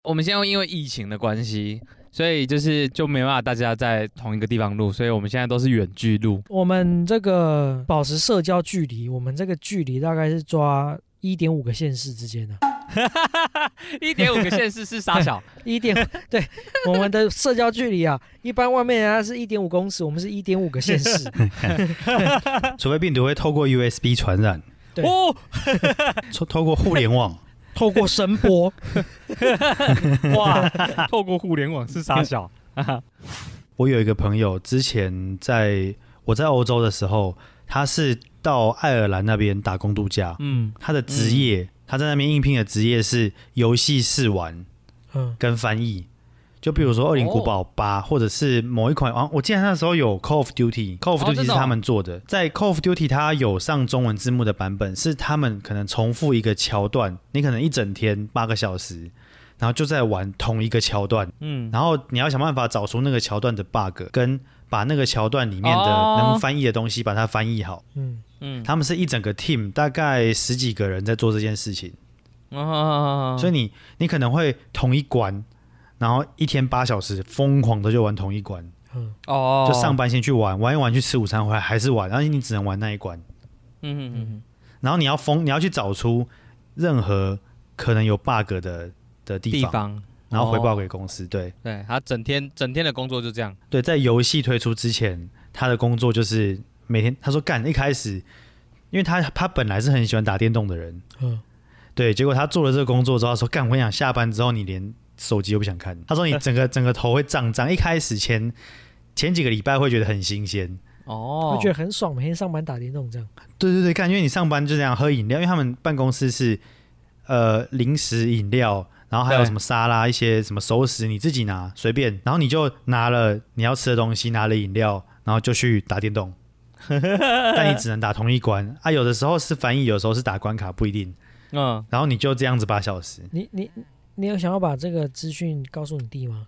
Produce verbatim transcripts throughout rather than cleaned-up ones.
我们现在因为疫情的关系，所以就是就没办法大家在同一个地方录，所以我们现在都是远距录。 我们这个保持社交距离，我们这个距离大概是抓一点五个县市之间的。 一点五个县市是啥小？ 一点对，我们的社交距离啊，一般外面人家是一点五公尺，我们是一点五个县市。 除非病毒会透过 U S B 传染， 对哦， 透过互联网。 透过声波， 哇！透过互联网是啥小？ 我有一个朋友，之前在我在欧洲的时候，他是到爱尔兰那边打工度假。嗯，他的职业，嗯、他在那边应聘的职业是游戏试玩，嗯，跟翻译。就比如说《恶灵古堡八》，或者是某一款，啊，我记得那时候有 Call of Duty，Call of Duty 是他们做的。哦、在 Call of Duty 它有上中文字幕的版本，是他们可能重复一个桥段，你可能一整天八个小时，然后就在玩同一个桥段，嗯，然后你要想办法找出那个桥段的 bug， 跟把那个桥段里面的能翻译的东西把它翻译好。嗯嗯，他们是一整个 team， 大概十几个人在做这件事情。哦，所以你你可能会同一关。然后一天八小时疯狂的就玩同一关，嗯，哦，就上班先去玩，玩一玩去吃午餐回来还是玩，然后你只能玩那一关，嗯嗯嗯，然后你要疯，你要去找出任何可能有 bug 的的地 方, 地方然后回报给公司，哦、对， 对，他整天整天的工作就这样， 对，在游戏推出之前，他的工作就是每天，他说干一开始，因为他他本来是很喜欢打电动的人，嗯，对，结果他做了这个工作之后，他说干，我跟你讲，下班之后你连手机都不想看，他说你整个整个头会胀胀。一开始前前几个礼拜会觉得很新鲜， 哦，会觉得很爽，每天上班打电动这样。 对对对，看，因为你上班就这样喝饮料，因为他们办公室是呃零食饮料，然后还有什么沙拉、一些什么熟食，你自己拿随便，然后你就拿了你要吃的东西，拿了饮料，然后就去打电动。但你只能打同一关啊，有的时候是翻译，有的时候是打关卡，不一定。嗯，然后你就这样子八小时。 你你。你有想要把这个资讯告诉你弟吗？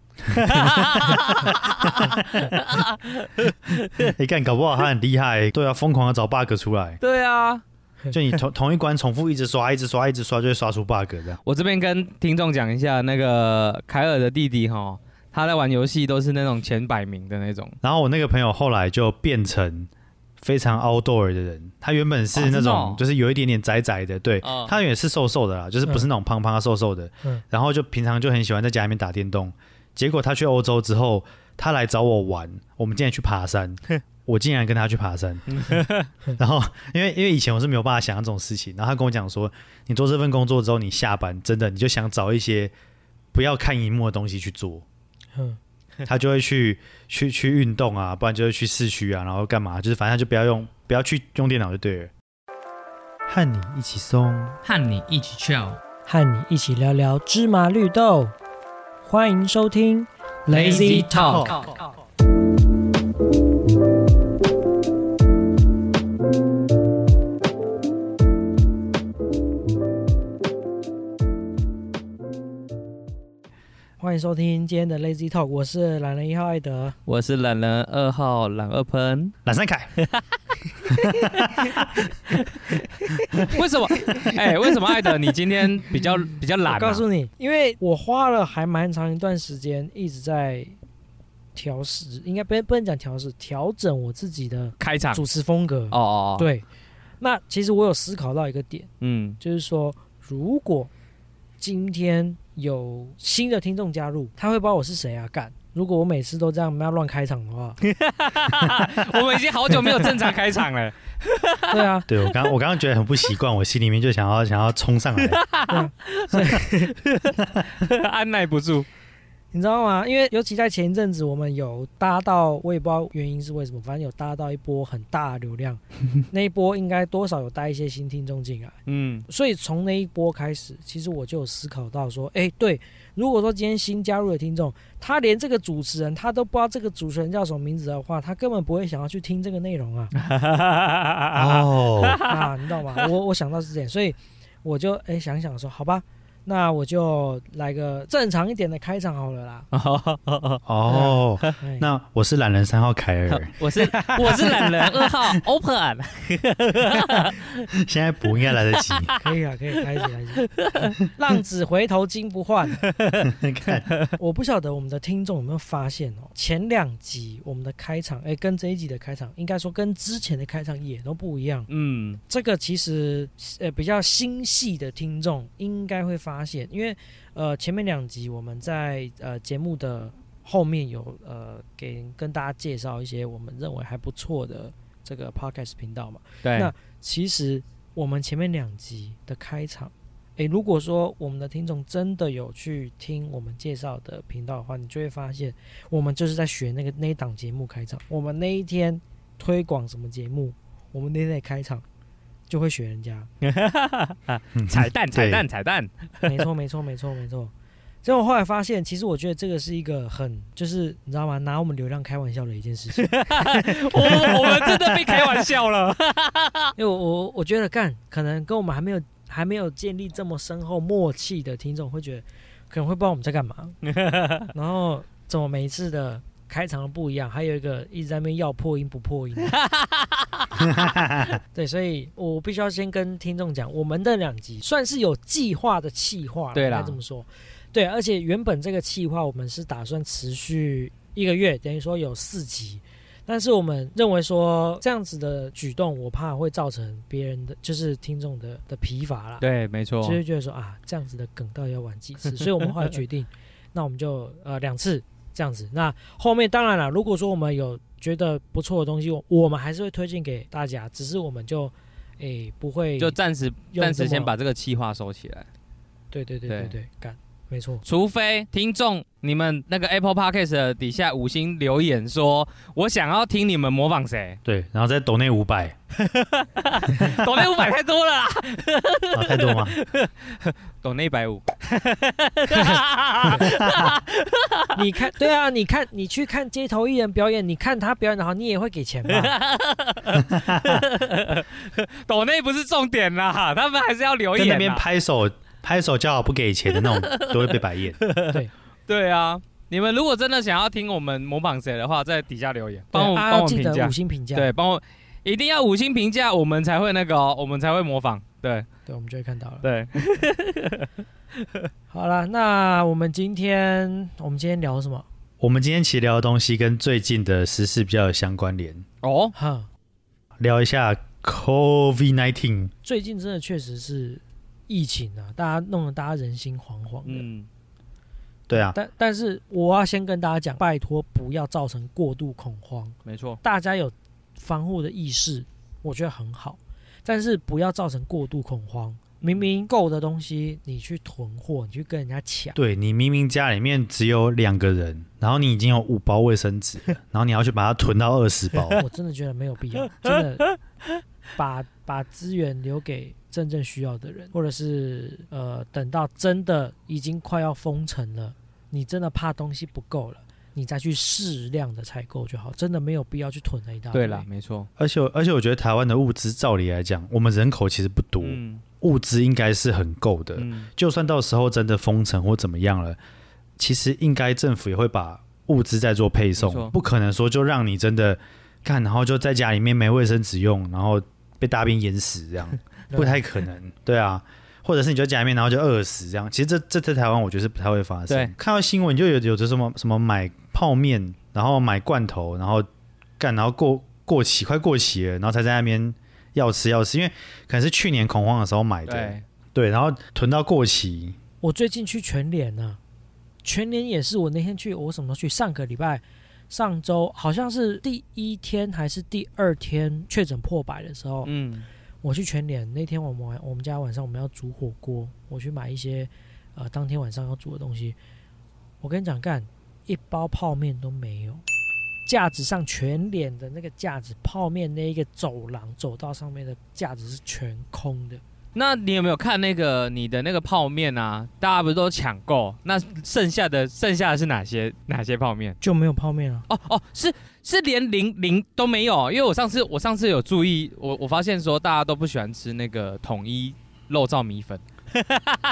你看，搞不好他很厉害，对啊，疯狂的找 bug 出来。 对啊， 就你同同一关重复一直刷，一直刷，一直刷，就会刷出 bug 这样。 我这边跟听众讲一下，那个凯尔的弟弟哈，他在玩游戏都是那种前百名的那种。 然后我那个朋友后来就变成非常 outdoor 的人，他原本是那种就是有一点点窄窄的，对，哦、他也是瘦瘦的啦，就是不是那种胖胖瘦瘦的，嗯、然后就平常就很喜欢在家里面打电动。结果他去欧洲之后，他来找我玩，我们竟然去爬山，我竟然跟他去爬山。然后因为因为以前我是没有办法想象这种事情，然后他跟我讲说，你做这份工作之后，你下班真的你就想找一些不要看萤幕的东西去做。嗯他就会去去去运动啊，不然就会去市区啊，然后干嘛？就是反正就不要用，不要去用电脑就对了。和你一起松， 和你一起跳， 和你一起聊聊芝麻绿豆。欢迎收听 Lazy Talk。欢迎收听今天的 Lazy Talk， 我是懒人一号艾德， 我是懒人二号懒二喷， 懒三凯。 为什么？哎、欸，为什么艾德你今天比较比较懒、啊？ 我告诉你，因为我花了还蛮长一段时间一直在调试，应该不不能讲调试，调整我自己的开场主持风格。 哦哦， 对。那其实我有思考到一个点，嗯，就是说，如果今天有新的听众加入，他会不知道我是谁啊？干！如果我每次都这样要乱开场的话， 我们已经好久没有正常开场了。 对啊， 对我刚我刚刚觉得很不习惯，我心里面就想要想要冲上来， 所以按耐不住。 你知道吗？因为尤其在前一阵子，我们有搭到，我也不知道原因是为什么，反正有搭到一波很大的流量，那一波应该多少有带一些新听众进来，嗯，所以从那一波开始，其实我就有思考到说，哎，对，如果说今天新加入的听众，他连这个主持人他都不知道这个主持人叫什么名字的话，他根本不会想要去听这个内容啊。哦，啊，你知道吗？我我想到是这样，所以我就哎想想说，好吧。 那我就来个正常一点的开场好了啦。 哦，那我是懒人三号凯尔， 我是我是懒人二号 Open。 现在补应该来得及。 可以啊，可以开始开始。浪子回头金不换。看，我不晓得我们的听众有没有发现哦，前两集我们的开场，哎，跟这一集的开场，应该说跟之前的开场也都不一样。嗯，这个其实呃比较心细的听众应该会发现，因为呃前面两集我们在呃节目的后面有呃给跟大家介绍一些我们认为还不错的这个 podcast 频道嘛。 对。 那其实我们前面两集的开场，诶，如果说我们的听众真的有去听我们介绍的频道的话，你就会发现我们就是在学那个那一档节目开场。我们那一天推广什么节目，我们那天的开场就会学人家。 彩蛋彩蛋彩蛋。 没错没错没错没错。所以我后来发现，其实我觉得这个是一个很，就是你知道吗？拿我们流量开玩笑的一件事情。 我我们真的被开玩笑了。 因为我我我觉得干，可能跟我们还没有还没有建立这么深厚默契的听众会觉得，可能会不知道我们在干嘛。然后怎么每一次的开场都不一样，还有一个一直在那边要破音不破音。对，所以我必须要先跟听众讲，我们的两集算是有计划的企划， 对啦， 应该这么说。对，而且原本这个企划我们是打算持续一个月，等于说有四集。但是我们认为说这样子的举动，我怕会造成别人的就是听众的的疲乏啦。 对，没错。 所以觉得说啊，这样子的梗到底要玩几次？所以我们后来决定，那我们就呃两次这样子。那后面当然了，如果说我们有觉得不错的东西，我们还是会推荐给大家，只是我们就诶不会就暂时暂时先把这个企划收起来。 对对对对对，干。没错， 除非听众你们那个 Apple Podcast 的底下五星留言说，我想要听你们模仿谁？ 对，然后再抖内五百， 抖内五百太多了啦， 啊，太多吗？ 抖内一百五。 你看，对啊，你看，你去看街头艺人表演，你看他表演的好，你也会给钱吧？ 抖内不是重点啦，他们还是要留言。 在那边拍手。拍手叫好不给钱的那种都会被白眼。 对对啊，你们如果真的想要听我们模仿谁的话，在底下留言，帮我帮、啊、我评价， 五星评价， 对，帮我一定要五星评价，我们才会那个、哦，我们才会模仿。对对，我们就会看到了。 对， 好了，那我们今天我们今天聊什么？ 我们今天其实聊的东西跟最近的时事比较有相关联哦。 哈， 聊一下 COVID 十九。 最近真的确实是。疫情啊，大家弄得大家人心惶惶的。嗯， 对啊。 但但是我要先跟大家讲，拜托不要造成过度恐慌。 没错， 大家有防护的意识，我觉得很好，但是不要造成过度恐慌。明明够的东西，你去囤货，你去跟人家抢。 对，你明明家里面只有两个人，然后你已经有五包卫生纸了，然后你要去把它囤到二十包。 我真的觉得没有必要，真的把把资源留给真正需要的人，或者是呃，等到真的已经快要封城了，你真的怕东西不够了，你再去适量的采购就好，真的没有必要去囤了一大堆。 对啦，没错。 而且而且我觉得台湾的物资照理来讲，我们人口其实不多，嗯、物资应该是很够的、嗯。就算到时候真的封城或怎么样了，其实应该政府也会把物资再做配送，不可能说就让你真的干，然后就在家里面没卫生纸用，然后被大便淹死这样。不太可能，对啊，或者是你就在家里面，然后就饿死这样。其实这这在台湾我觉得是不太会发生。看到新闻就有有的什么什么买泡面，然后买罐头，然后干，然后过过期快过期了，然后才在那边要吃要吃，因为可能是去年恐慌的时候买的，对，对，然后囤到过期。 我最近去全联啊，全联也是我那天去，我什么时候去？上个礼拜。上周好像是第一天还是第二天确诊破百的时候，嗯。我去全联那天我们我们家晚上我们要煮火锅，我去买一些呃当天晚上要煮的东西。我跟你讲，干一包泡面都没有，架子上全联的那个架子，泡面那一个走廊走道上面的架子是全空的。 那你有没有看那个你的那个泡面啊？大家不是都抢购？那剩下的剩下的是哪些哪些泡面？ 就没有泡面啊？ 哦哦，是是连零零都没有。因为我上次我上次有注意，我我发现说大家都不喜欢吃那个统一肉燥米粉。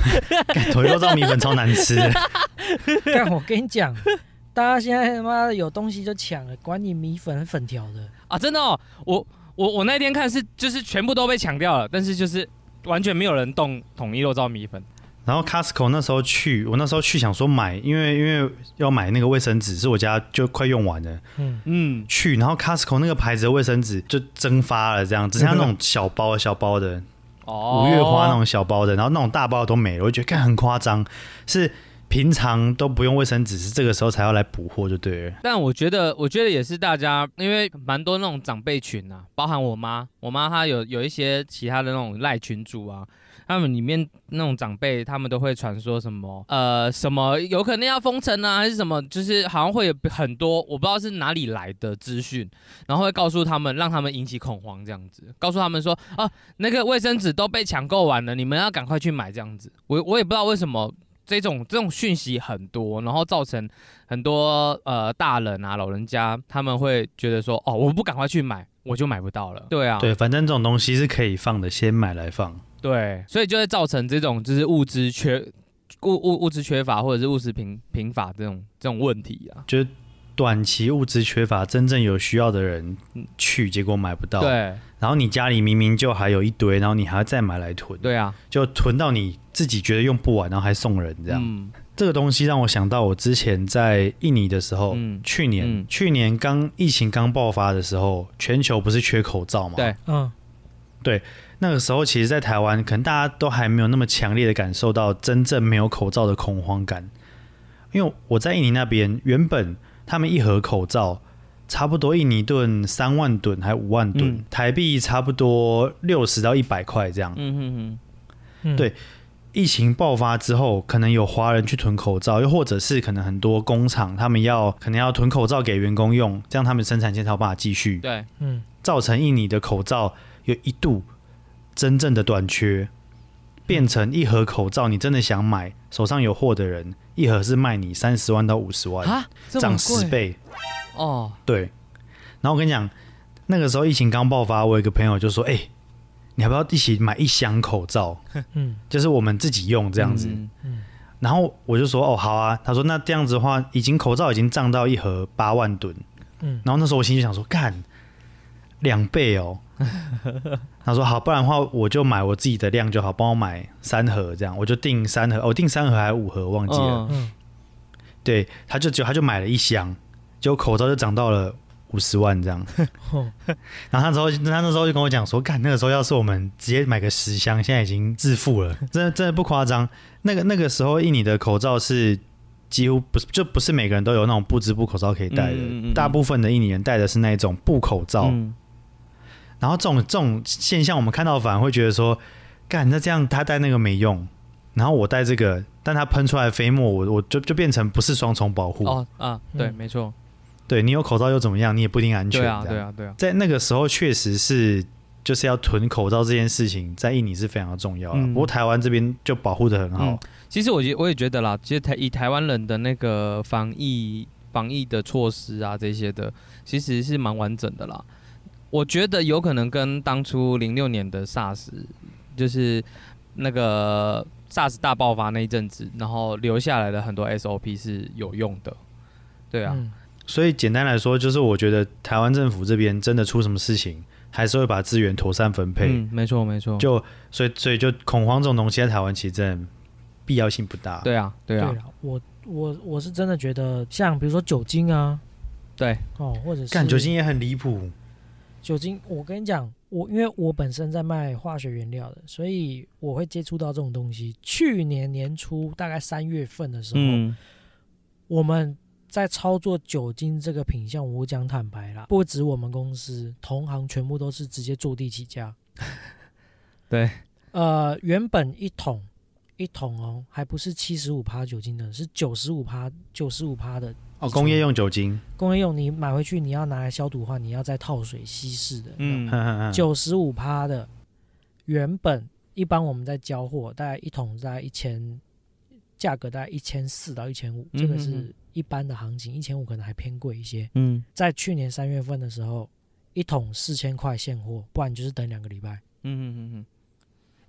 头肉燥米粉超难吃的。 但我跟你讲，大家现在他妈有东西就抢了，管你米粉粉条的啊！真的哦，我我我那天看是就是全部都被抢掉了，但是就是完全没有人动统一肉燥米粉。 然后 Costco 那时候去，我那时候去想说买，因为因为要买那个卫生纸，是我家就快用完了。嗯嗯，去，然后 Costco 那个牌子的卫生纸就蒸发了，这样只剩下那种小包小包的，哦，五月花那种小包的，然后那种大包都没了，我觉得看很夸张，是平常都不用卫生纸，是这个时候才要来补货就对了。 但我觉得，我觉得也是大家，因为蛮多那种长辈群啊，包含我妈，我妈她有有一些其他的那种赖群主啊。他们里面那种长辈，他们都会传说什么，呃，什么有可能要封城啊，还是什么，就是好像会有很多我不知道是哪里来的资讯，然后会告诉他们，让他们引起恐慌这样子，告诉他们说，啊，那个卫生纸都被抢购完了，你们要赶快去买这样子。我我也不知道为什么这种这种讯息很多，然后造成很多呃大人啊老人家他们会觉得说，哦，我不赶快去买，我就买不到了。对啊， 对，反正这种东西是可以放的，先买来放。 对，所以就会造成这种就是物资缺物物物资缺乏，或者是物资贫贫乏这种这种问题啊。 就是短期物资缺乏，真正有需要的人去，结果买不到。 对， 然后你家里明明就还有一堆，然后你还要再买来囤。 对啊， 就囤到你自己觉得用不完，然后还送人这样。嗯，这个东西让我想到我之前在印尼的时候，嗯、去年、嗯、去年刚疫情刚爆发的时候，全球不是缺口罩吗？ 对，嗯， 对。那个时候，其实，在台湾，可能大家都还没有那么强烈的感受到真正没有口罩的恐慌感。因为我在印尼那边，原本他们一盒口罩差不多印尼盾三万吨还五万吨、嗯，台币差不多六十到一百块这样。嗯哼哼，对。疫情爆发之后，可能有华人去囤口罩，又或者是可能很多工厂他们要可能要囤口罩给员工用，这样他们生产线才有办法继续。 对， 嗯，造成印尼的口罩有一度真正的短缺，变成一盒口罩，你真的想买，手上有货的人，一盒是卖你三十万到五十万，涨十倍哦。对，然后我跟你讲，那个时候疫情刚爆发，我有一个朋友就说：“哎、欸，你要不要一起买一箱口罩？嗯，就是我们自己用这样子。嗯”嗯，然后我就说：“哦，好啊。”他说：“那这样子的话，已经口罩已经涨到一盒八万吨。”嗯，然后那时候我心里想说：“干，两倍哦。”他说好，不然的话我就买我自己的量就好，帮我买三盒这样，我就订三盒，我、哦、订三盒还是五盒忘记了。嗯，对，他就他就买了一箱，结果口罩就涨到了五十万这样。然后他之后他那时候就跟我讲说，干那个时候要是我们直接买个十箱，现在已经致富了，真的真的不夸张。那个那个时候印尼的口罩是几乎不是就不是每个人都有那种布织布口罩可以戴的，嗯嗯嗯，大部分的印尼人戴的是那一种布口罩。嗯，然后这种这种现象，我们看到反而会觉得说，干那这样他戴那个没用，然后我戴这个，但他喷出来的飞沫，我我就就变成不是双重保护。 哦啊，对，嗯、没错， 对你有口罩又怎么样？你也不一定安全。 对啊，对啊，对啊。 在那个时候，确实是就是要囤口罩这件事情，在印尼是非常的重要的。嗯、不过台湾这边就保护得很好。嗯、 其实我我也觉得啦，其实台以台湾人的那个防疫防疫的措施啊，这些的，其实是蛮完整的啦。我觉得有可能跟当初零六年的 SARS， 就是那个 SARS 大爆发那一阵子，然后留下来的很多 S O P 是有用的，对啊。嗯、 所以简单来说，就是我觉得台湾政府这边真的出什么事情，还是会把资源妥善分配。 嗯，没错没错。 就所以所以就恐慌这种东西在台湾其实真的必要性不大。 对啊对啊。 对啊，我我我是真的觉得，像比如说酒精啊， 对哦，或者是干酒精也很离谱。 酒精，我跟你讲，我因为我本身在卖化学原料的，所以我会接触到这种东西。去年年初大概三月份的时候，嗯、我们在操作酒精这个品项，我讲坦白啦，不止我们公司，同行全部都是直接坐地起价。 对， 呃，原本一桶一桶哦，还不是七十五趴酒精的，是九十五趴九十五趴的。 哦，工业用酒精， 工业用你买回去，你要拿来消毒的话，你要再套水稀释的。嗯，九十五趴的，原本一般我们在交货，大概一桶在一千，价格大概一千四到一千五，这个是一般的行情，一千五可能还偏贵一些。嗯，在去年三月份的时候，一桶四千块现货，不然就是等两个礼拜。嗯嗯嗯嗯，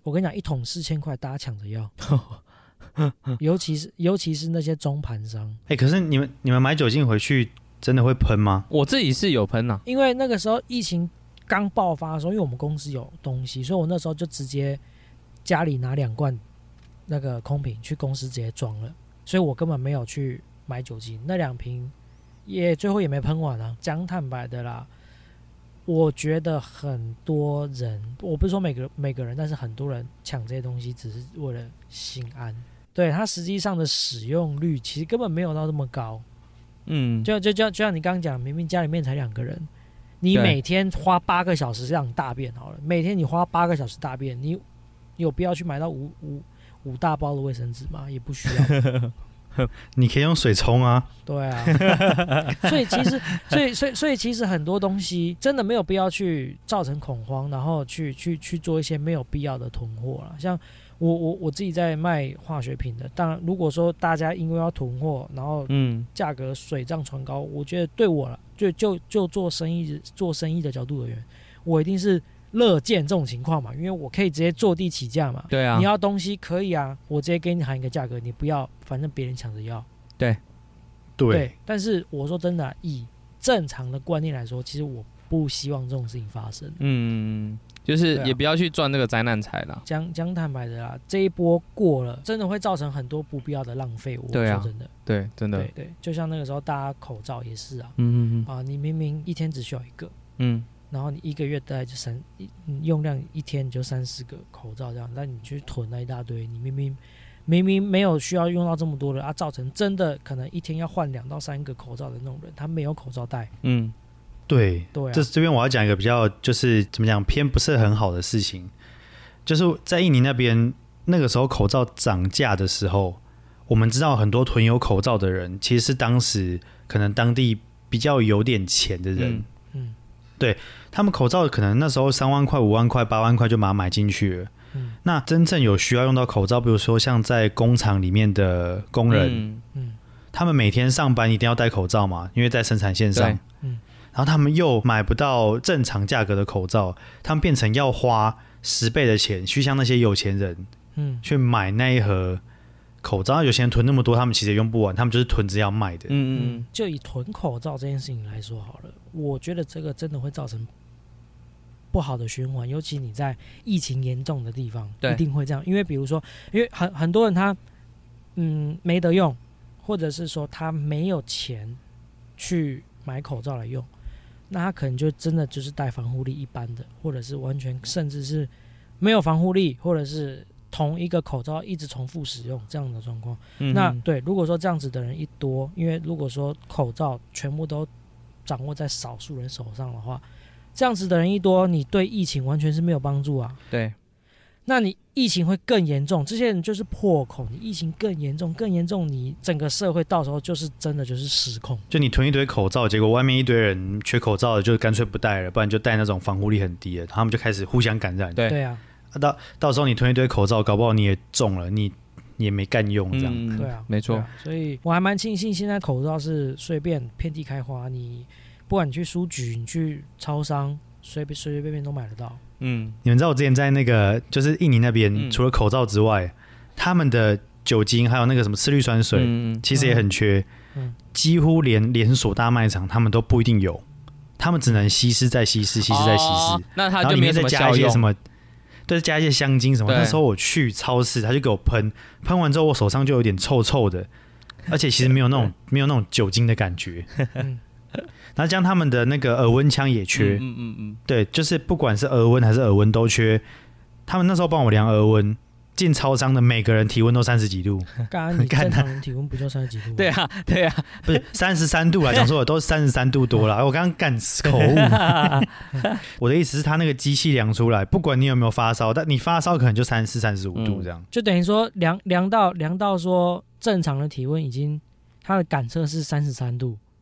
我跟你讲，一桶四千块，大家抢着要。尤其是尤其是那些中盘商， 哎、欸，可是你们你们买酒精回去真的会喷吗？ 我自己是有喷啊， 因为那个时候疫情刚爆发的时候，因为我们公司有东西，所以我那时候就直接家里拿两罐那个空瓶去公司直接装了，所以我根本没有去买酒精，那两瓶也最后也没喷完啊。讲坦白的啦，我觉得很多人，我不是说每个每个人，但是很多人抢这些东西只是为了心安。对，它实际上的使用率其实根本没有到这么高。嗯，就就就就像你刚刚讲，明明家里面才两个人，你每天花八个小时让你大便好了，每天你花八个小时大便，你有必要去买到五五五大包的卫生纸吗？也不需要。 你可以用水冲啊。 对啊，所以其实，所以所以所以其实很多东西真的没有必要去造成恐慌，然后去去去做一些没有必要的囤货了。像我我我自己在卖化学品的，当然如果说大家因为要囤货，然后嗯价格水涨船高，我觉得对我了，就就就做生意做生意的角度而言，我一定是乐见这种情况嘛，因为我可以直接坐地起价嘛。 对啊， 你要东西可以啊，我直接给你喊一个价格，你不要，反正别人抢着要。 对， 对， 对。但是我说真的、啊，以正常的观念来说，其实我不希望这种事情发生。嗯， 就是也不要去赚这个灾难财啦。 讲讲坦白的啦，这一波过了，真的会造成很多不必要的浪费。我说真的， 对、啊，真的， 对对，就像那个时候大家口罩也是啊，嗯嗯嗯，啊，你明明一天只需要一个，嗯。然后你一个月大概就三用量一天就三四个口罩这样，但你去囤了一大堆，你明明明明没有需要用到这么多的啊，造成真的可能一天要换两到三个口罩的那种人，他没有口罩戴。嗯， 对对、啊， 这这边我要讲一个比较就是怎么讲偏不是很好的事情，就是在印尼那边那个时候口罩涨价的时候，我们知道很多囤有口罩的人其实是当时可能当地比较有点钱的人。嗯嗯，对，他们口罩可能那时候三万块、五万块、八万块就把它买进去了。嗯，那真正有需要用到口罩，比如说像在工厂里面的工人，嗯，嗯他们每天上班一定要戴口罩嘛，因为在生产线上。嗯，然后他们又买不到正常价格的口罩，他们变成要花十倍的钱去向那些有钱人，嗯，去买那一盒口罩。有些人囤那么多，他们其实也用不完，他们就是囤着要卖的。 嗯嗯，就以囤口罩这件事情来说好了。我觉得这个真的会造成不好的循环，尤其你在疫情严重的地方，一定会这样。因为比如说，因为很很多人他嗯没得用，或者是说他没有钱去买口罩来用，那他可能就真的就是戴防护力一般的，或者是完全甚至是没有防护力，或者是同一个口罩一直重复使用这样的状况。嗯、那对，如果说这样子的人一多，因为如果说口罩全部都掌握在少数人手上的话，这样子的人一多，你对疫情完全是没有帮助啊。 对， 那你疫情会更严重，这些人就是破口，你疫情更严重，更严重，你整个社会到时候就是真的就是失控。 就你囤一堆口罩，结果外面一堆人缺口罩的，就干脆不戴了，不然就戴那种防护力很低的，他们就开始互相感染。 对对啊， 到到时候你囤一堆口罩，搞不好你也中了，你也没干用这样。 嗯、对啊， 没错、 啊。所以我还蛮庆幸现在口罩是随便遍地开花，你不管你去书局、你去超商，随随随便便都买得到。 嗯，你们知道我之前在那个就是印尼那边、嗯，除了口罩之外，他们的酒精还有那个什么次氯酸水，嗯、其实也很缺。嗯，几乎连连锁大卖场他们都不一定有，他们只能稀释再稀释，稀释再稀释。 哦、那它就没有什么效用。 然后里面再加一些什么，对，加一些香精什么。那时候我去超市，他就给我喷，喷完之后我手上就有点臭臭的，而且其实没有那种没有那种酒精的感觉。嗯然后将他们的那个耳温枪也缺，嗯嗯嗯，对，就是不管是耳温还是耳温都缺。他们那时候帮我量耳温，进超商的每个人体温都三十几度。 刚刚你正常人体温不就三十几度吗？ 对啊，对啊， 不是三十三度啦，讲错了，都三十三度多啦。我刚刚干口误。我的意思是，他那个机器量出来，不管你有没有发烧，但你发烧可能就三十四、三十五度这样， 嗯、就等于说量量到量到说正常的体温已经，它的感测是三十三度。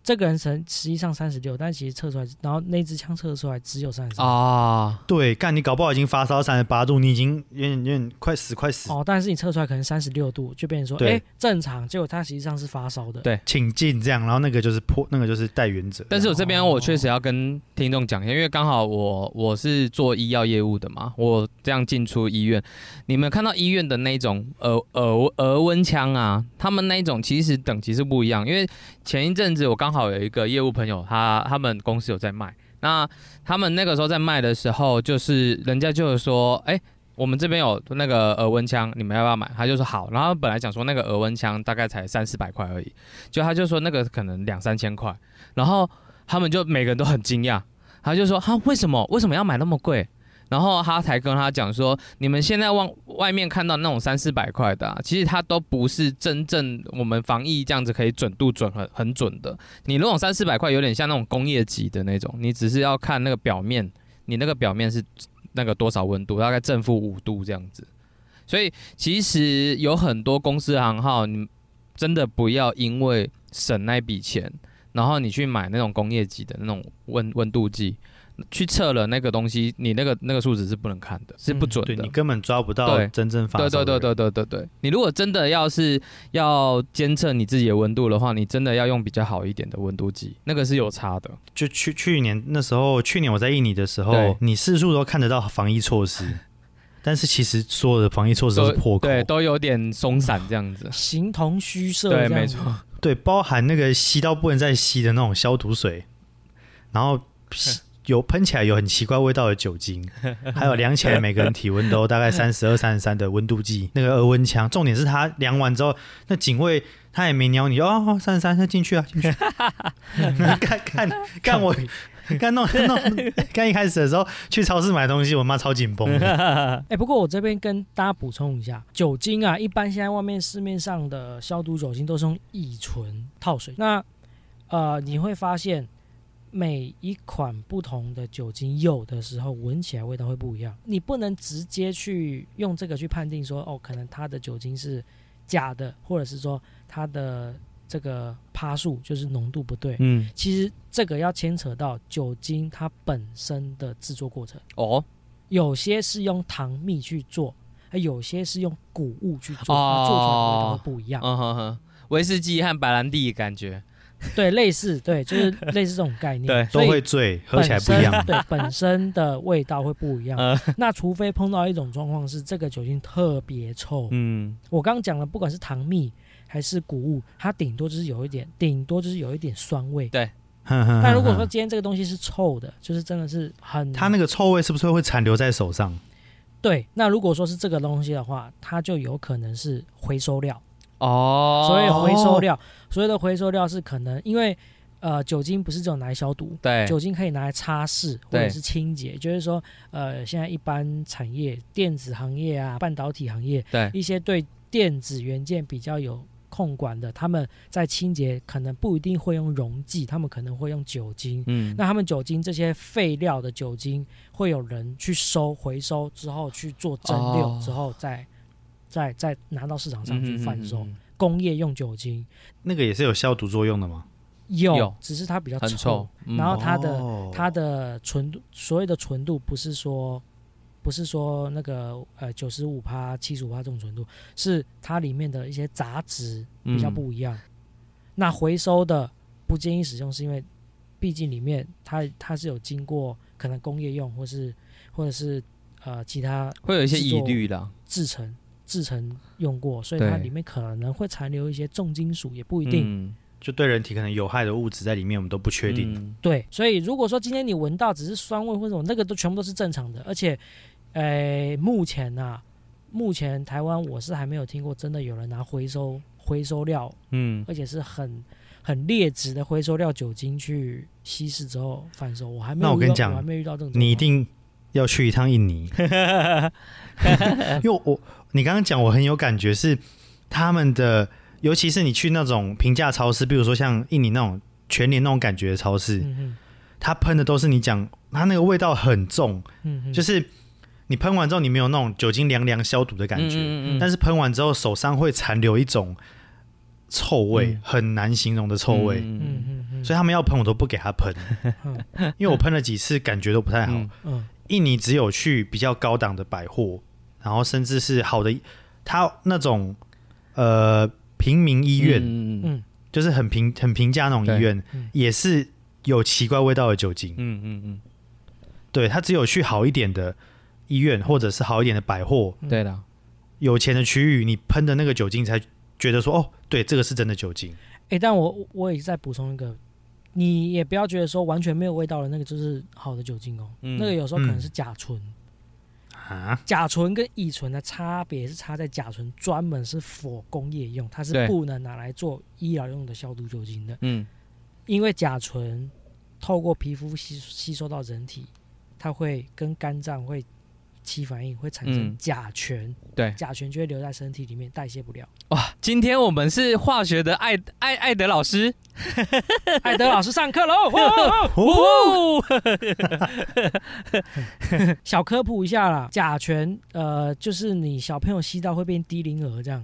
这个人实际上三十六，但其实测出来，然后那支枪测出来只有三十三啊。对，干你搞不好已经发烧三十八度，你已经有点有点快死快死哦。但是你测出来可能三十六度，就变成说，哎，正常，结果他实际上是发烧的。 对， 请进这样，然后那个就是破，那个就是带原则。 但是我这边我确实要跟听众讲一下，因为刚好我我是做医药业务的嘛，我这样进出医院，你们看到医院的那种额额额温枪啊，他们那一种其实等级是不一样，因为前一阵子我刚好有一个业务朋友，他他们公司有在卖，那他们那个时候在卖的时候，就是人家就说，哎、欸，我们这边有那个额温枪，你们要不要买？他就说好，然后本来讲说那个额温枪大概才三四百块而已，就他就说那个可能两三千块，然后他们就每个人都很惊讶，他就说，哈，为什么为什么要买那么贵？然后他才跟他讲说，你们现在往外面看到那种三四百块的、啊，其实它都不是真正我们防疫这样子可以准度准很很准的。你那种三四百块有点像那种工业级的那种，你只是要看那个表面，你那个表面是那个多少温度，大概正负五度这样子。所以其实有很多公司行号，你真的不要因为省那笔钱，然后你去买那种工业级的那种温温度计。去测了那个东西，你那个那个数值是不能看的，是不准的， 嗯、对你根本抓不到真正发烧的人。 对对对对对对对，你如果真的要是要监测你自己的温度的话，你真的要用比较好一点的温度计，那个是有差的。 就去去年那时候，去年我在印尼的时候，你四处都看得到防疫措施，但是其实所有的防疫措施都是破口， 对，都有点松散这样子， 形同虚设。 对，没错， 对，包含那个吸到不能再吸的那种消毒水，然后。有喷起来有很奇怪味道的酒精，还有量起来每个人体温都大概三十二、三十三的温度计，那个额温枪，重点是他量完之后，那警卫他也没鸟你，哦，三十三，那进去啊，进去。看看看我，看弄弄，刚一开始的时候去超市买东西，我妈超紧绷的。 哎、欸，不过我这边跟大家补充一下，酒精啊，一般现在外面市面上的消毒酒精都是用乙醇套水，那呃你会发现。每一款不同的酒精有的时候闻起来味道会不一样，你不能直接去用这个去判定说，哦，可能它的酒精是假的，或者是说它的这个趴数就是浓度不对。嗯，其实这个要牵扯到酒精它本身的制作过程。哦，有些是用糖蜜去做，有些是用谷物去做，哦、做出来的味道会不一样。 嗯哼哼，威士忌和白兰地感觉。 对，类似，对，就是类似这种概念， 对，都会醉，喝起来不一样。 对，本身的味道会不一样。呃、那除非碰到一种状况是这个酒精特别臭，嗯，我刚刚讲了，不管是糖蜜还是谷物，它顶多就是有一点，顶多就是有一点酸味。 对， 但如果说今天这个东西是臭的，就是真的是很， 它那个臭味是不是会残留在手上？ 对，那如果说是这个东西的话，它就有可能是回收料。哦，所谓回收料，所谓的回收料是可能因为呃酒精不是只有拿来消毒， 对， 酒精可以拿来擦拭或者是清洁，就是说呃现在一般产业，电子行业啊、半导体行业， 对一些对电子元件比较有控管的，他们在清洁可能不一定会用溶剂，他们可能会用酒精。嗯，那他们酒精这些废料的酒精，会有人去收回收之后去做蒸馏、哦、之后再。再再拿到市场上去贩售，嗯嗯嗯嗯工业用酒精， 那个也是有消毒作用的吗？ 有，有只是它比较臭， 臭嗯、然后它的、哦、它的纯度，所谓的纯度不是说不是说那个呃九十五趴、七十五趴这种纯度，是它里面的一些杂质比较不一样。嗯、那回收的不建议使用，是因为毕竟里面它它是有经过可能工业用，或是或者是呃其他会有一些疑虑的制成。制成用过，所以它里面可能会残留一些重金属，也不一定、嗯。 就对人体可能有害的物质在里面，我们都不确定、嗯。 对，所以如果说今天你闻到只是酸味或者什么，那个都全部都是正常的。而且，呃，目前啊，目前台湾我是还没有听过真的有人拿回收回收料，嗯，而且是很很劣质的回收料酒精去稀释之后贩售，我还没有。 那我跟你讲， 我还没遇到这种。 你一定要去一趟印尼，因为我。你刚刚讲我很有感觉，是他们的，尤其是你去那种平价超市，比如说像印尼那种全联那种感觉的超市，嗯、它喷的都是你讲，它那个味道很重，嗯、就是你喷完之后你没有那种酒精凉凉消毒的感觉，嗯嗯嗯、但是喷完之后手上会残留一种臭味，嗯、很难形容的臭味。嗯嗯嗯，所以他们要喷我都不给他喷，因为我喷了几次感觉都不太好。嗯嗯、印尼只有去比较高档的百货，然后甚至是好的，他那种呃平民医院，嗯嗯，就是很平很平价那种医院，嗯、也是有奇怪味道的酒精。嗯嗯嗯，对，他只有去好一点的医院或者是好一点的百货， 对的， 有钱的区域，你喷的那个酒精才觉得说哦，对，这个是真的酒精。 哎、欸，但我我也再补充一个，你也不要觉得说完全没有味道的那个就是好的酒精哦，嗯、那个有时候可能是甲醇。嗯、啊，甲醇跟乙醇的差别是差在甲醇专门是for工业用，它是不能拿来做医疗用的消毒酒精的。嗯，因为甲醇透过皮肤吸吸收到人体，它会跟肝脏会起反应，会产生甲醛，嗯、 对， 甲醛就会留在身体里面，代谢不了。 哇，今天我们是化学的艾艾艾德老师， 艾德老师上课喽！小科普一下啦，甲醛呃，就是你小朋友吸到会变低龄儿这样。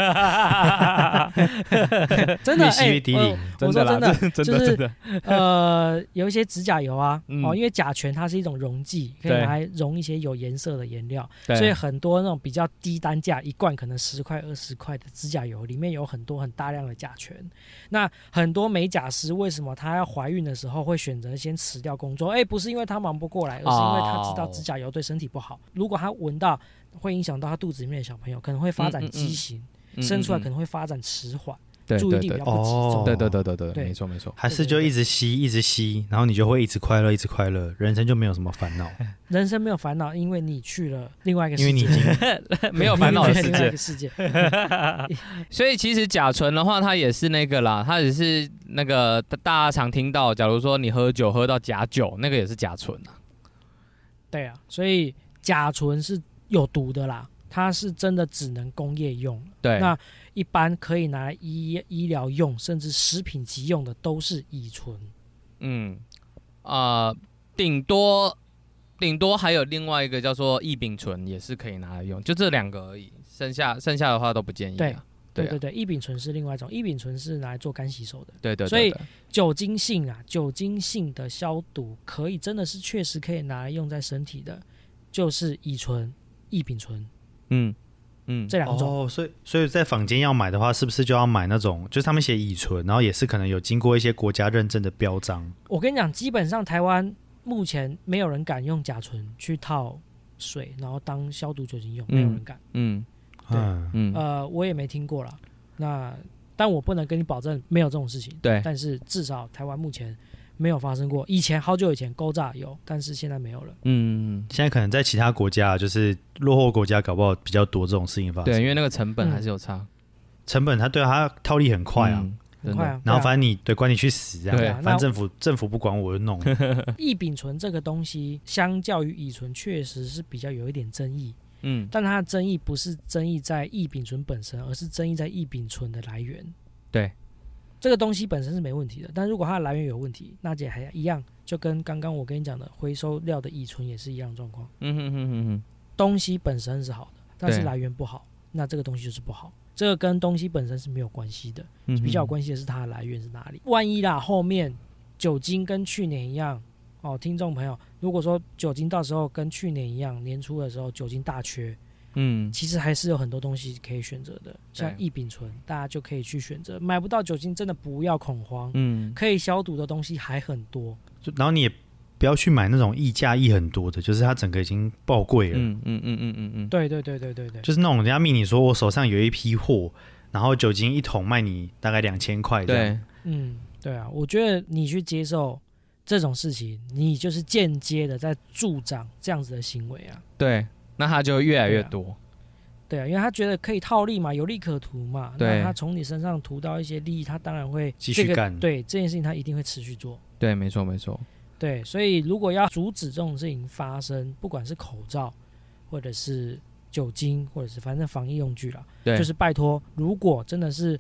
真的，哎、欸呃，我说真的，就是呃，有一些指甲油啊，嗯、哦，因为甲醛它是一种溶剂，可以拿来溶一些有颜色的颜料，所以很多那种比较低单价，一罐可能十块、二十块的指甲油，里面有很多很大量的甲醛。那很多美甲师为什么他要怀孕的时候会选择先辞掉工作？哎、欸，不是因为他忙不过来，而是因为他知道指甲油对身体不好。如果他闻到，会影响到他肚子里面的小朋友，可能会发展畸形。嗯嗯嗯生出来可能会发展迟缓，嗯、注意力比较不集中。 对对对对对对，没错没错。 还是就一直吸一直吸，然后你就会一直快乐一直快乐，人生就没有什么烦恼。 人生没有烦恼，因为你去了另外一个世界， 因为你已经没有烦恼的世界。 世界所以其实甲醇的话，它也是那个啦，它也是那个大家常听到，假如说你喝酒喝到假酒，那个也是甲醇啊。 对啊，所以甲醇是有毒的啦。它是真的只能工业用， 对。 那一般可以拿来医医疗用，甚至食品级用的都是乙醇。 嗯，呃，顶多顶多还有另外一个叫做异丙醇，也是可以拿来用，就这两个而已。剩下剩下的话都不建议、啊。 对对对对，异丙醇是另外一种，异丙醇是拿来做干洗手的。 对 对, 对, 对。 所以酒精性啊，酒精性的消毒可以真的是确实可以拿来用在身体的，就是乙醇、异丙醇。嗯嗯，这两种哦，所以所以在坊间要买的话，是不是就要买那种，就是他们写乙醇，然后也是可能有经过一些国家认证的标章？ 我跟你讲，基本上台湾目前没有人敢用甲醇去套水，然后当消毒酒精用，嗯、没有人敢。嗯，对，嗯呃，我也没听过啦。那但我不能跟你保证没有这种事情。 对， 但是至少台湾目前没有发生过，以前好久以前勾诈有，但是现在没有了。 嗯，现在可能在其他国家，就是落后国家，搞不好比较多这种事情发生。 对，因为那个成本还是有差，嗯、 成本它对它套利很快啊，嗯、 很快啊。 然后反正你对管你去死这样，对啊，反正政府政府不管我就弄。 异丙醇这个东西，相较于乙醇，确实是比较有一点争议。嗯，但它的争议不是争议在异丙醇本身，而是争议在异丙醇的来源。 对。 这个东西本身是没问题的，但如果它的来源有问题，那也还一样，就跟刚刚我跟你讲的回收料的乙醇也是一样的状况。嗯哼哼哼哼，东西本身是好的，但是来源不好，那这个东西就是不好。这个跟东西本身是没有关系的，嗯、比较有关系的是它的来源是哪里。万一啦，后面酒精跟去年一样，哦，听众朋友，如果说酒精到时候跟去年一样，年初的时候酒精大缺。嗯，其实还是有很多东西可以选择的，像异丙醇，大家就可以去选择。买不到酒精，真的不要恐慌。嗯，可以消毒的东西还很多。 然后你也不要去买那种溢价溢很多的，就是它整个已经爆贵了。 嗯嗯嗯嗯嗯嗯， 对对对对对对， 就是那种人家密你说我手上有一批货，然后酒精一桶卖你大概两千块这样。 对， 嗯，对啊，我觉得你去接受这种事情，你就是间接的在助长这样子的行为啊。 对。那他就越来越多， 对啊，对啊，因为他觉得可以套利嘛，有利可图嘛，那他从你身上图到一些利益，他当然会继续干， 这个，对这件事情他一定会持续做。 对，没错没错。 对，所以如果要阻止这种事情发生，不管是口罩，或者是酒精，或者是反正防疫用具啦，就是拜托，如果真的是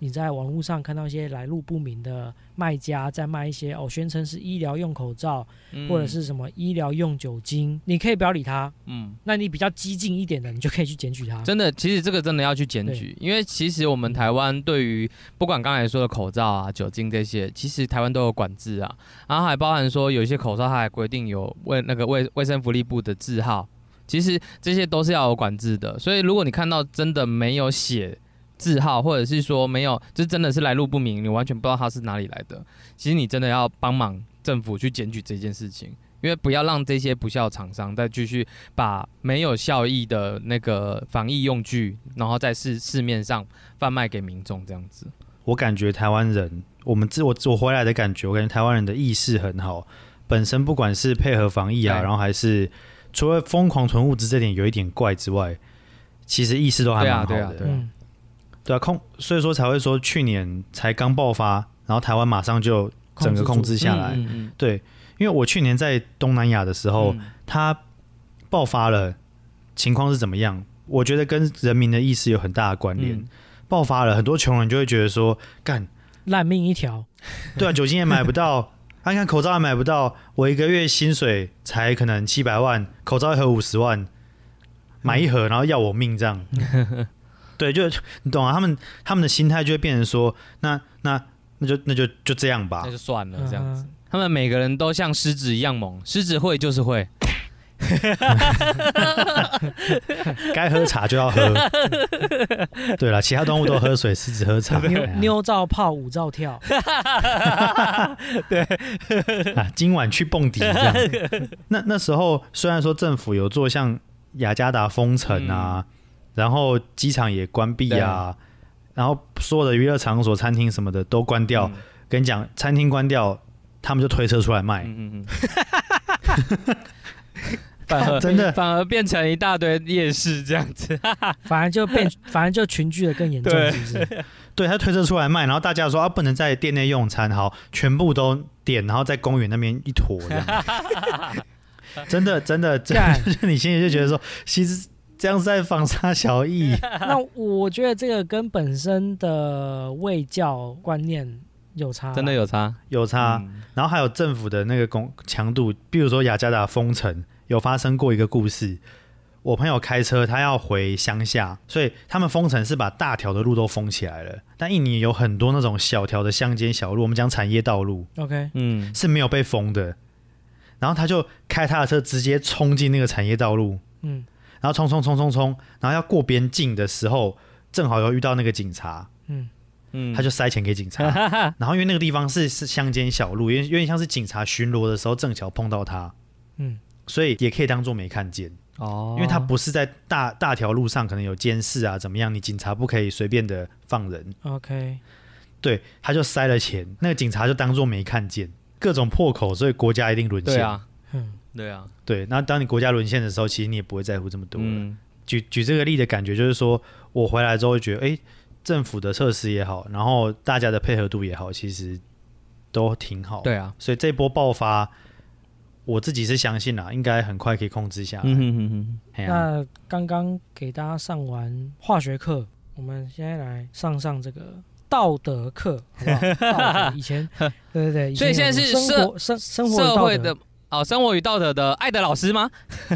你在网络上看到一些来路不明的卖家在卖一些哦，宣称是医疗用口罩、嗯、或者是什么医疗用酒精，你可以不要理他，嗯，那你比较激进一点的，你就可以去检举他。 真的，其实这个真的要去检举，因为其实我们台湾对于不管刚才说的口罩啊、酒精这些，其实台湾都有管制啊，然后还包含说有一些口罩它还规定有卫那个卫卫生福利部的字号，其实这些都是要有管制的。所以如果你看到真的没有写字号，或者是说没有，就真的是来路不明，你完全不知道它是哪里来的，其实你真的要帮忙政府去检举这件事情，因为不要让这些不肖厂商再继续把没有效益的那个防疫用具，然后在市市面上贩卖给民众这样子。 我感觉台湾人，我们我我回来的感觉，我感觉台湾人的意识很好，本身不管是配合防疫啊，然后还是除了疯狂囤物资这点有一点怪之外，其实意识都还蛮好的。对啊，对啊，对啊。对啊，控，所以说才会说去年才刚爆发，然后台湾马上就整个控制下来。嗯嗯嗯对，因为我去年在东南亚的时候，嗯、它爆发了，情况是怎么样？我觉得跟人民的意识有很大的关联。嗯、爆发了，很多穷人就会觉得说，干烂命一条。 对啊，酒精也买不到，啊，你看口罩也买不到，我一个月薪水才可能七百万，口罩一盒五十万，买一盒然后要我命这样。对，就你懂啊，他们他们的心态就会变成说，那那那就那就就这样吧， 那就算了这样子。嗯、他们每个人都像狮子一样猛，狮子会就是会， 该喝茶就要喝。对了，其他动物都喝水，狮子喝茶。 妞妞照泡，舞照跳。 对啊，今晚去蹦迪这样。那那时候虽然说政府有做像雅加达封城啊。嗯然后机场也关闭啊，然后所有的娱乐场所、餐厅什么的都关掉。嗯、跟你讲，餐厅关掉，他们就推车出来卖。嗯嗯嗯反而真的反而变成一大堆夜市这样子， 反而就变，反而就群聚的更严重，是不是？ 对，他推车出来卖，然后大家说啊，不能在店内用餐，好，全部都点，然后在公园那边一坨这样。真的真的，真的你心里就觉得说，其实。这样是在防杀小异。 那我觉得这个跟本身的卫教观念有差， 真的有差， 有差。嗯、然后还有政府的那个攻强度，比如说雅加达封城，有发生过一个故事。我朋友开车，他要回乡下，所以他们封城是把大条的路都封起来了。但印尼有很多那种小条的乡间小路，我们讲产业道路 ，OK， 嗯，是没有被封的。然后他就开他的车直接冲进那个产业道路，嗯。然后冲冲冲冲冲，然后要过边境的时候，正好有遇到那个警察，嗯嗯，他就塞钱给警察。然后因为那个地方是是乡间小路，有点有点像是警察巡逻的时候正巧碰到他，嗯，所以也可以当作没看见哦，因为他不是在大大条路上可能有监视啊怎么样，你警察不可以随便的放人。 OK， 对，他就塞了钱，那个警察就当作没看见，各种破口，所以国家一定沦陷。 对啊，嗯。对啊， 对，那当你国家沦陷的时候，其实你也不会在乎这么多了。嗯、举举这个例的感觉就是说，我回来之后就觉得，哎，政府的措施也好，然后大家的配合度也好，其实都挺好。 对啊， 所以这波爆发，我自己是相信啦，应该很快可以控制下来。嗯哼哼哼。那刚刚给大家上完化学课，我们现在来上上这个道德课，好不好？道德以前，对对对， 所以现在是生活生生活社会的。哦，生活与道德的爱的老师吗？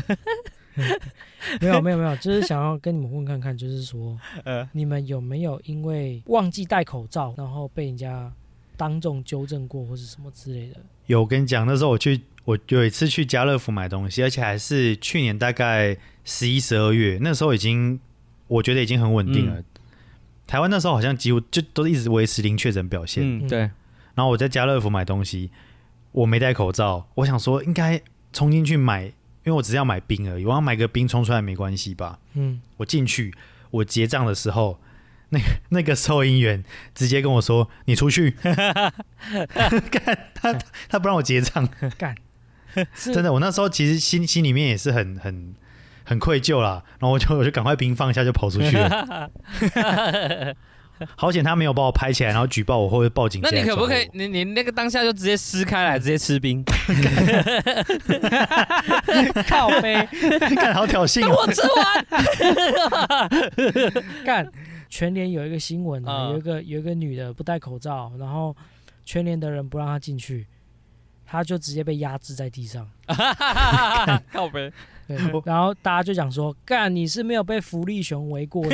没有没有没有，就是想要跟你们问看看，就是说，呃，你们有没有因为忘记戴口罩，然后被人家当众纠正过，或是什么之类的？ 有，我跟你讲，那时候我去，我有一次去家乐福买东西，而且还是去年大概十一、十二月，那时候已经，我觉得已经很稳定了。嗯、台湾那时候好像几乎就都是一直维持零确诊表现。 嗯，对。 然后我在家乐福买东西。我没戴口罩，我想说应该冲进去买，因为我只是要买冰而已，我要买个冰冲出来没关系吧？嗯，我进去，我结账的时候，那个那个收银员直接跟我说：“你出去。”干他他不让我结账， 干， 真的，我那时候其实心心里面也是很很很愧疚啦，然后我就我就赶快冰放下就跑出去了。好险他没有把我拍起来，然后举报我或者报警。 那你可不可以，你你那个当下就直接撕开来，直接吃冰？ 靠杯， 干好挑衅、 喔！等我吃完。 干， 全联有一个新闻啊，有一个有一个女的不戴口罩，然后全联的人不让她进去，她就直接被压制在地上。 靠北。 对，然后大家就讲说，干你是没有被福利熊围过你，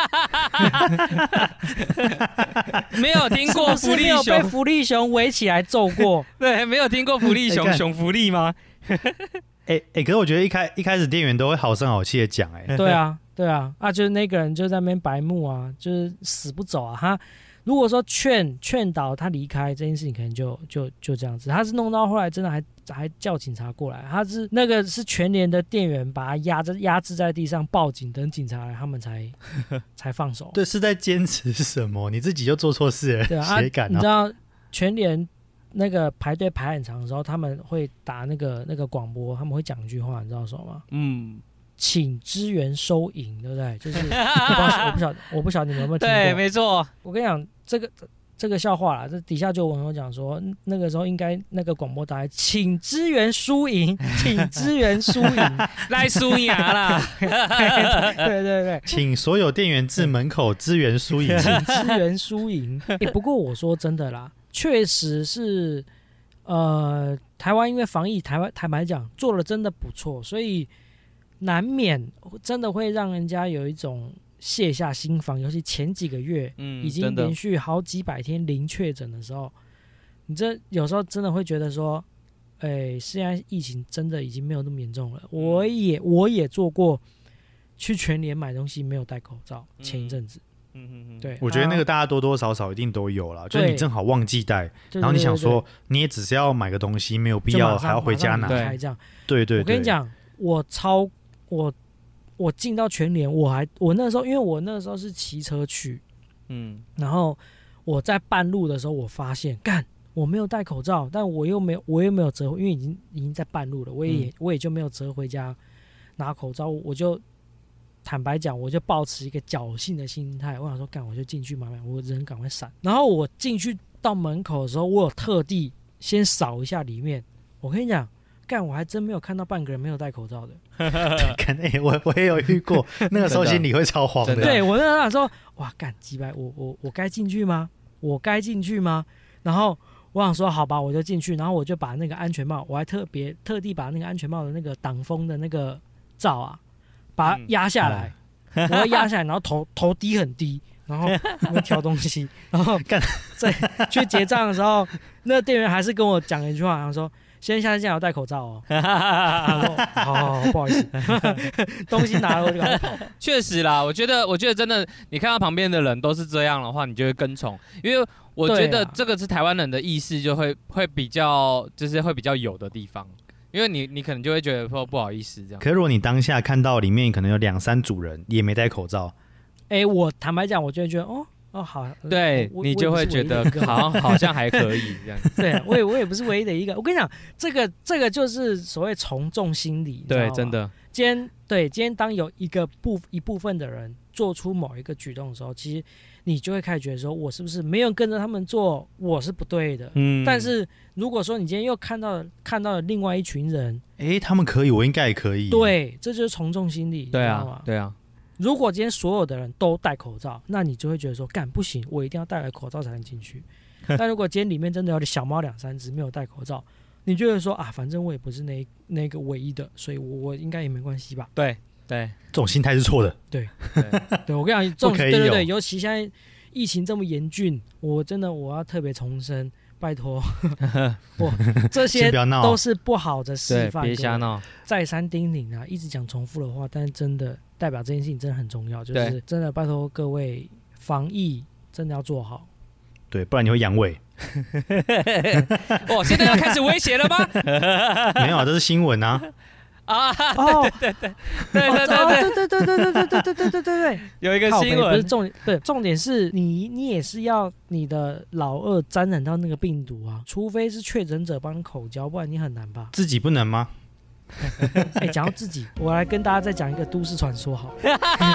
没有听过福利熊，是是没有被福利熊围起来揍过？ 对，没有听过福利熊、欸、熊福利吗？ 哎哎、欸欸，可是我觉得一开一开始店员都会好声好气的讲，哎， 对啊对啊啊，就是那个人就在那边白目啊，就是死不走啊，他。如果说劝劝导他离开这件事情，可能就就就这样子。他是弄到后来真的还还叫警察过来，他是那个是全联的店员把他压着压制在地上报警，等警察来他们才才放手。 对，是在坚持什么？你自己就做错事了， 对啊， 谁敢啊？ 你知道全联那个排队排很长的时候，他们会打那个那个广播，他们会讲一句话，你知道什么吗？嗯。请支援收银，对不对？就是我不晓得，我不晓得你们有没有听过？ 对，没错。 我跟你讲，这个这个笑话啦，这底下就有网友讲说，那个时候应该那个广播打来，请支援输赢，请支援输赢， 来输牙啦！ 对对对， 请所有店员至门口支援输赢， 请支援输赢。欸，不过我说真的啦，确实是，呃，台湾因为防疫，台湾坦白讲做的真的不错，所以。难免真的会让人家有一种卸下心防，尤其前几个月、嗯、已经连续好几百天零确诊的时候，你这有时候真的会觉得说，哎，现在疫情真的已经没有那么严重了。我也我也做过去全联买东西没有戴口罩，前一阵子。嗯嗯嗯，对， 我觉得那个大家多多少少一定都有啦，就是你正好忘记带，然后你想说你也只是要买个东西，没有必要还要回家拿， 对，这样， 对对对。 我跟你讲，我超。我我进到全联，我还我那时候，因为我那时候是骑车去，嗯，然后我在半路的时候，我发现，干，我没有戴口罩，但我又没有，我又没有折，因为已经已经在半路了，我也、嗯、我也就没有折回家拿口罩，我就坦白讲，我就抱持一个侥幸的心态，我想说，干，我就进去买买，我人赶快闪。然后我进去到门口的时候，我有特地先扫一下里面，我跟你讲。干，我还真没有看到半个人没有戴口罩的。 干、欸，我我也有遇过，那个时候心里会超慌的。 对，我那时候说，哇，干鸡掰，我我我该进去吗？我该进去吗？然后我想说，好吧，我就进去，然后我就把那个安全帽，我还特别特地把那个安全帽的那个挡风的那个罩啊，把它压下来，嗯、我要压下来，然后头头低很低。然后我挑东西，然后在去结账的时候，那个店员还是跟我讲一句话，他说。先下次见要戴口罩哦。我说好好好，不好意思，东西拿了我就赶快跑。 确实啦，我觉得，我觉得真的，你看到旁边的人都是这样的话，你就会跟从，因为我觉得这个是台湾人的意识，就会会比较，就是会比较有的地方。因为你你可能就会觉得说不好意思这样。 可是如果你当下看到里面可能有两三组人也没戴口罩， 哎、欸，我坦白讲，我就会觉得哦。哦，好， 对你就会觉得好像好像还可以这样。 对，我也我也不是唯一的一个。我跟你讲，这个这个就是所谓从众心理， 对，真的。 今天对今天当有一个部一部分的人做出某一个举动的时候，其实你就会开始觉得说，我是不是没有跟着他们做，我是不对的。嗯。但是如果说你今天又看到了看到了另外一群人， 哎、欸，他们可以，我应该也可以。 对，这就是从众心理， 对啊， 你知道吗？ 对啊。 如果今天所有的人都戴口罩，那你就会觉得说，干不行，我一定要戴了口罩才能进去。但如果今天里面真的有小猫两三只没有戴口罩，你就会说啊，反正我也不是那那个唯一的，所以我我应该也没关系吧？ 对对， 这种心态是错的。 对对对，我跟你讲，这种对对对，尤其现在疫情这么严峻，我真的我要特别重申，拜托，我这些都是不好的示范， 别瞎闹， 再三叮咛啊，一直讲重复的话，但是真的。代表这件事情真的很重要，就是真的拜托各位防疫真的要做好， 对，不然你会阳痿。 哦，现在要开始威胁了吗？ 没有，这是新闻啊。 啊，对对对对对对对对对对对对对对对对对对， 有一个新闻， 不是重点，不是重点是你你也是要你的老二沾染到那个病毒啊，除非是确诊者帮你口交，不然你很难吧？ 自己不能吗？ 哎，讲到自己，我来跟大家再讲一个都市传说好了。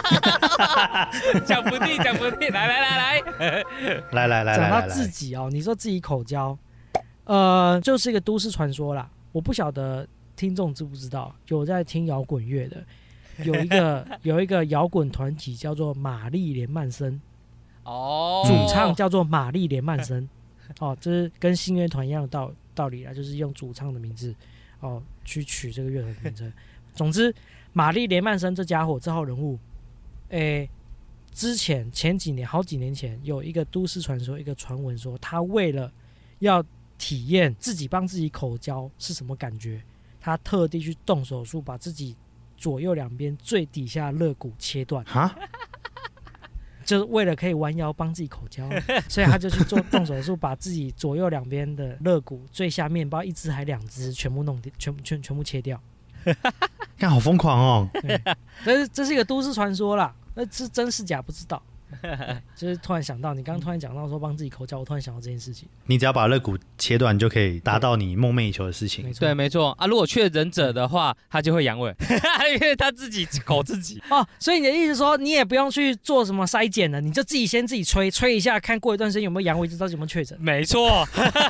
讲不定，讲不定，来来来来， 来来来， 讲到自己哦，你说自己口交，呃，就是一个都市传说啦。我不晓得听众知不知道，有在听摇滚乐的，有一个有一个摇滚团体叫做玛丽莲曼森， 哦， 主唱叫做玛丽莲曼森，哦，这、就是跟信乐团一样的道道理啦，就是用主唱的名字哦去取这个乐团的名称。总之，玛丽莲曼森这家伙这号人物，诶，之前前几年好几年前有一个都市传说，一个传闻说，他为了要体验自己帮自己口交是什么感觉，他特地去动手术，把自己左右两边最底下肋骨切断。哈。就是为了可以弯腰帮自己口交，所以他就去做动手术，把自己左右两边的肋骨最下面，不知道一只还两只，全部弄全全全部切掉。 看好疯狂哦！ 这是这是一个都市传说啦，那是真是假不知道。就是突然想到，你刚刚突然讲到说帮自己口交，我突然想到这件事情。 你只要把肋骨切断，就可以达到你梦寐以求的事情。 对，没错啊。如果确诊者的话，他就会阳痿，因为他自己口自己。 哦，所以你的意思说，你也不用去做什么筛检了，你就自己先自己吹吹一下，看过一段时间有没有阳痿，就知道有没有确诊。 没错。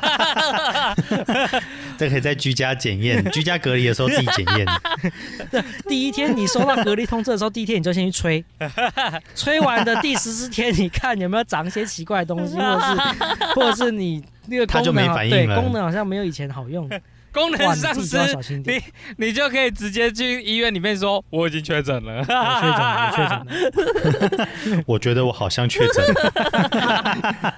这可以在居家检验、居家隔离的时候自己检验。 对，第一天你收到隔离通知的时候，第一天你就先去吹，吹完的第十四天，你看有没有长一些奇怪的东西，或者是或者是你那个功能对功能好像没有以前好用， 功能丧失，你你就可以直接去医院里面说我已经确诊了， 确诊了，确诊了。我觉得我好像确诊了。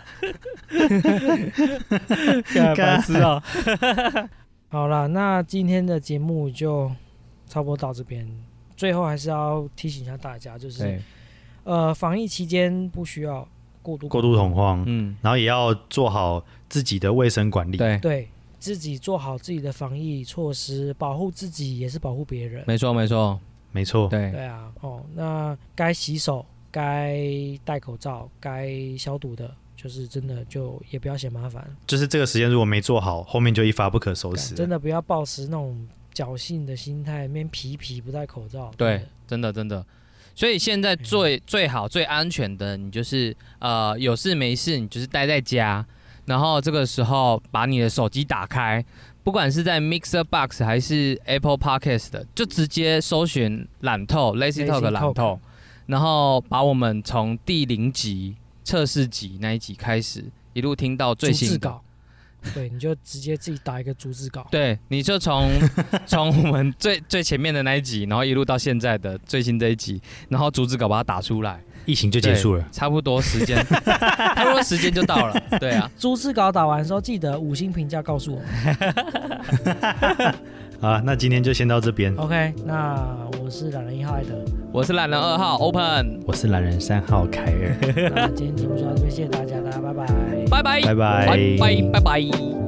该知道。好了，那今天的节目就差不多到这边。最后还是要提醒一下大家，就是呃，防疫期间不需要过度过度恐慌，嗯，然后也要做好自己的卫生管理， 对对，自己做好自己的防疫措施，保护自己也是保护别人。 没错，没错， 没错， 对对啊，哦，那该洗手、该戴口罩、该消毒的。就是真的就也不要嫌麻烦， 就是这个时间如果没做好，后面就一发不可收拾。 真的不要抱持那种侥幸的心态，面皮皮不戴口罩。 对，真的真的。所以现在最最好最安全的，你就是呃有事没事，你就是待在家，然后这个时候把你的手机打开，不管是在 Mixer Box 还是 Apple Podcast 的，就直接搜寻懒透 Lazy Talk 懒透，然后把我们从第零集。测试集那一集开始，一路听到最新的逐字稿，对，你就直接自己打一个逐字稿。 对，你就从从我们最最前面的那一集，然后一路到现在的最新这一集，然后逐字稿把它打出来， 疫情就结束了， 差不多时间，差不多时间就到了。对啊， 逐字稿打完的时候，记得五星评价告诉我们。 好，那今天就先到这边。 OK， 那我是懒人一号艾德， 我是懒人二号 Open， 我是懒人三号凯尔。 那今天节目就到这边，谢谢大家，大家拜拜， 拜拜， 拜拜， 拜拜，拜拜。